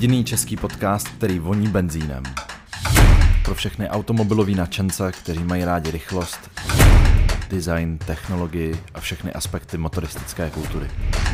Jediný český podcast, který voní benzínem. Pro všechny automobilový nadšence, kteří mají rádi rychlost, design, technologii a všechny aspekty motoristické kultury.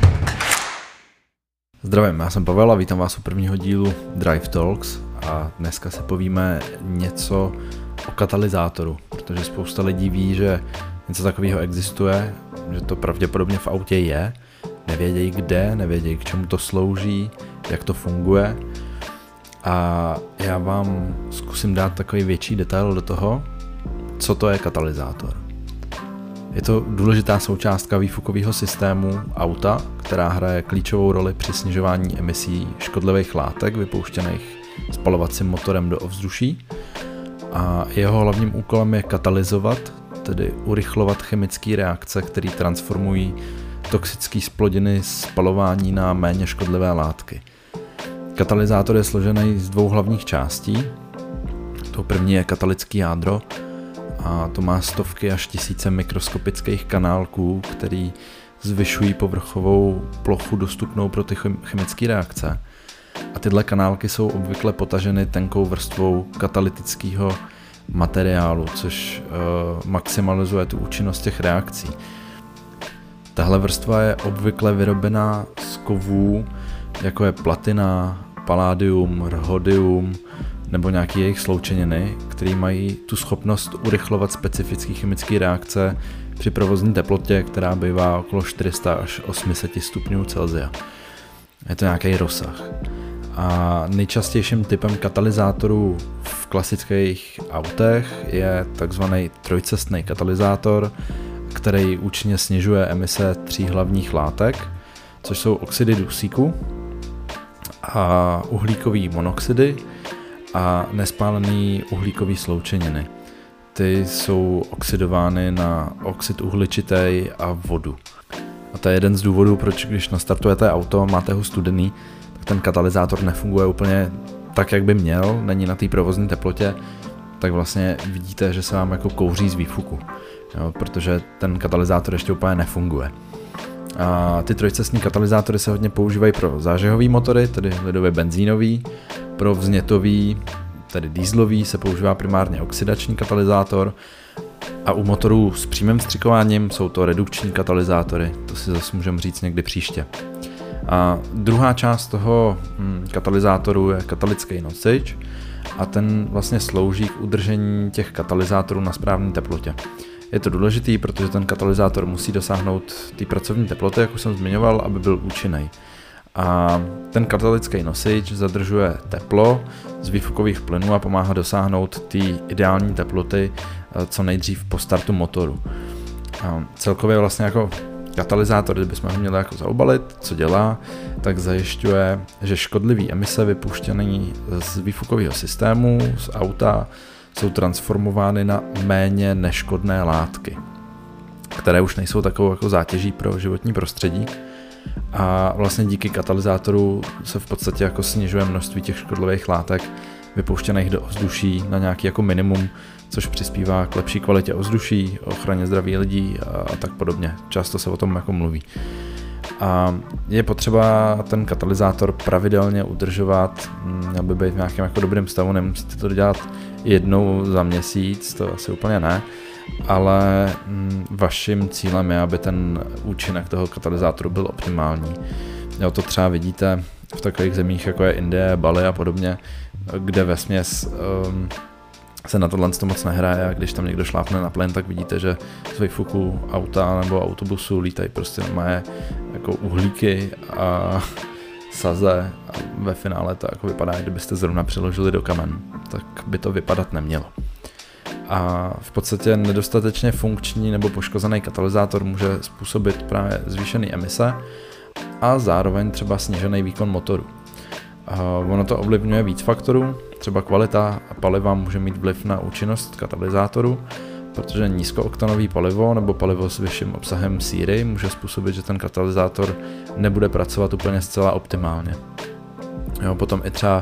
Zdravím, já jsem Pavel a vítám vás u prvního dílu Drive Talks a dneska se povíme něco o katalyzátoru, protože spousta lidí ví, že něco takového existuje, že to pravděpodobně v autě je, nevědějí kde, nevědějí k čemu to slouží, jak to funguje a já vám zkusím dát takový větší detail do toho, co to je katalyzátor. Je to důležitá součástka výfukového systému auta, která hraje klíčovou roli při snižování emisí škodlivých látek vypouštěných spalovacím motorem do ovzduší a jeho hlavním úkolem je katalyzovat, tedy urychlovat chemické reakce, které transformují toxické zplodiny spalování na méně škodlivé látky. Katalyzátor je složený z dvou hlavních částí. To první je katalytické jádro a to má stovky až tisíce mikroskopických kanálků, který zvyšují povrchovou plochu dostupnou pro ty chemické reakce. A tyhle kanálky jsou obvykle potaženy tenkou vrstvou katalytického materiálu, což maximalizuje tu účinnost těch reakcí. Tahle vrstva je obvykle vyrobená z kovů, jako je platina, paládium, rhodium nebo nějaké jejich sloučeniny, které mají tu schopnost urychlovat specifické chemické reakce při provozní teplotě, která bývá okolo 400 až 800 stupňů Celsia. Je to nějaký rozsah. A nejčastějším typem katalyzátorů v klasických autech je takzvaný trojcestný katalyzátor, který účinně snižuje emise tří hlavních látek, což jsou oxidy dusíku a uhlíkový monoxidy a nespálený uhlíkový sloučeniny. Ty jsou oxidovány na oxid uhličitý a vodu. A to je jeden z důvodů, proč když nastartujete auto, máte ho studený, tak ten katalyzátor nefunguje úplně tak, jak by měl, není na té provozní teplotě, tak vlastně vidíte, že se vám jako kouří z výfuku, jo, protože ten katalyzátor ještě úplně nefunguje. A ty trojcestní katalyzátory se hodně používají pro zážehové motory, tedy lidově benzínový, pro vznětový, tedy dieselový, se používá primárně oxidační katalyzátor a u motorů s přímým vstřikováním jsou to redukční katalyzátory, to si zase můžeme říct někdy příště. A druhá část toho katalyzátoru je katalytický nosič a ten vlastně slouží k udržení těch katalyzátorů na správné teplotě. Je to důležitý, protože ten katalyzátor musí dosáhnout té pracovní teploty, jak už jsem zmiňoval, aby byl účinný. A ten katalytický nosič zadržuje teplo z výfukových plynů a pomáhá dosáhnout té ideální teploty co nejdřív po startu motoru. A celkově vlastně jako katalyzátor, kdybychom ho měli jako zaobalit, co dělá, tak zajišťuje, že škodlivé emise vypuštěné z výfukového systému, z auta, jsou transformovány na méně neškodné látky, které už nejsou takovou jako zátěží pro životní prostředí. A vlastně díky katalyzátoru se v podstatě jako snižuje množství těch škodlivých látek vypouštěných do ovzduší na nějaký jako minimum, což přispívá k lepší kvalitě ovzduší, ochraně zdraví lidí a tak podobně. Často se o tom jako mluví. A je potřeba ten katalyzátor pravidelně udržovat, měl by být v nějakém jako dobrém stavu, nemusíte to dělat jednou za měsíc, to asi úplně ne, ale vaším cílem je, aby ten účinek toho katalyzátoru byl optimální. Jo, to třeba vidíte v takových zemích, jako je Indie, Bali a podobně, kde vesměs se na tohle moc nehraje a když tam někdo šlápne na plyn, tak vidíte, že z výfuku auta nebo autobusu lítají prostě normálně jako uhlíky a saze a ve finále to jako vypadá, kdybyste zrovna přiložili do kamen, tak by to vypadat nemělo. A v podstatě nedostatečně funkční nebo poškozený katalyzátor může způsobit právě zvýšené emise a zároveň třeba snížený výkon motoru. Ono to ovlivňuje víc faktorů, třeba kvalita paliva může mít vliv na účinnost katalyzátoru, protože nízkooktanový palivo nebo palivo s vyšším obsahem síry může způsobit, že ten katalyzátor nebude pracovat úplně zcela optimálně. Jo, potom i třeba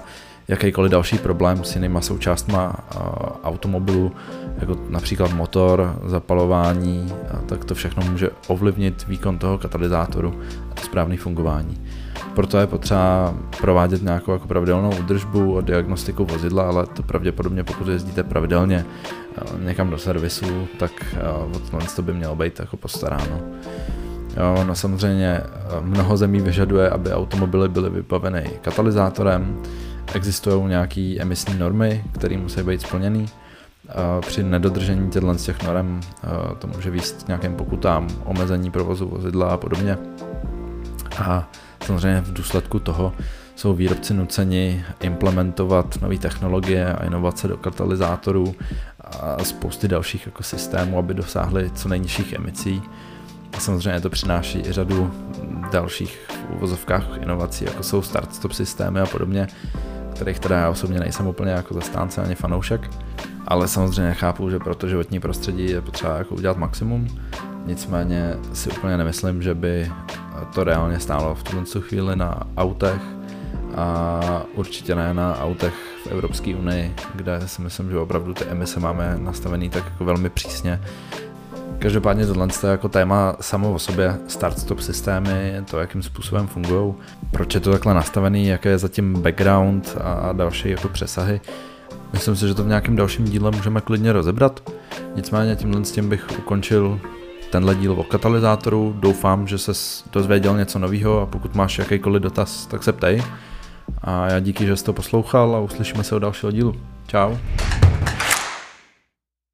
jakýkoliv další problém s jinýma součástma automobilu, jako například motor, zapalování, tak to všechno může ovlivnit výkon toho katalyzátoru a to správné fungování. Proto je potřeba provádět nějakou jako pravidelnou údržbu a diagnostiku vozidla, ale to pravděpodobně, pokud jezdíte pravidelně někam do servisu, tak to by mělo být jako postaráno. Jo, no samozřejmě mnoho zemí vyžaduje, aby automobily byly vybaveny katalyzátorem, existují nějaké emisní normy, které musí být splněny. Při nedodržení těch norm to může vést k nějakým pokutám, omezení provozu vozidla a podobně. A samozřejmě v důsledku toho jsou výrobci nuceni implementovat nové technologie a inovace do katalyzátorů a spousty dalších jako systémů, aby dosáhli co nejnižších emisí. A samozřejmě to přináší i řadu dalších v uvozovkách inovací, jako jsou start-stop systémy a podobně, kterých teda já osobně nejsem úplně jako zastánce ani fanoušek, ale samozřejmě chápu, že pro to životní prostředí je potřeba jako udělat maximum. Nicméně si úplně nemyslím, že by to reálně stálo v tuto chvíli na autech a určitě ne na autech v Evropské unii, kde si myslím, že opravdu ty emise máme nastavený tak jako velmi přísně. Každopádně tohle je jako téma samo o sobě, start-stop systémy, to, jakým způsobem fungují, proč je to takhle nastavený, jaký je zatím background a další jako přesahy. Myslím si, že to v nějakém dalším díle můžeme klidně rozebrat. Nicméně tímhle s tím bych ukončil tenhle díl o katalyzátoru. Doufám, že ses dozvěděl něco nového a pokud máš jakýkoliv dotaz, tak se ptej. A já díky, že jsi to poslouchal a uslyšíme se u dalšího dílu. Čau.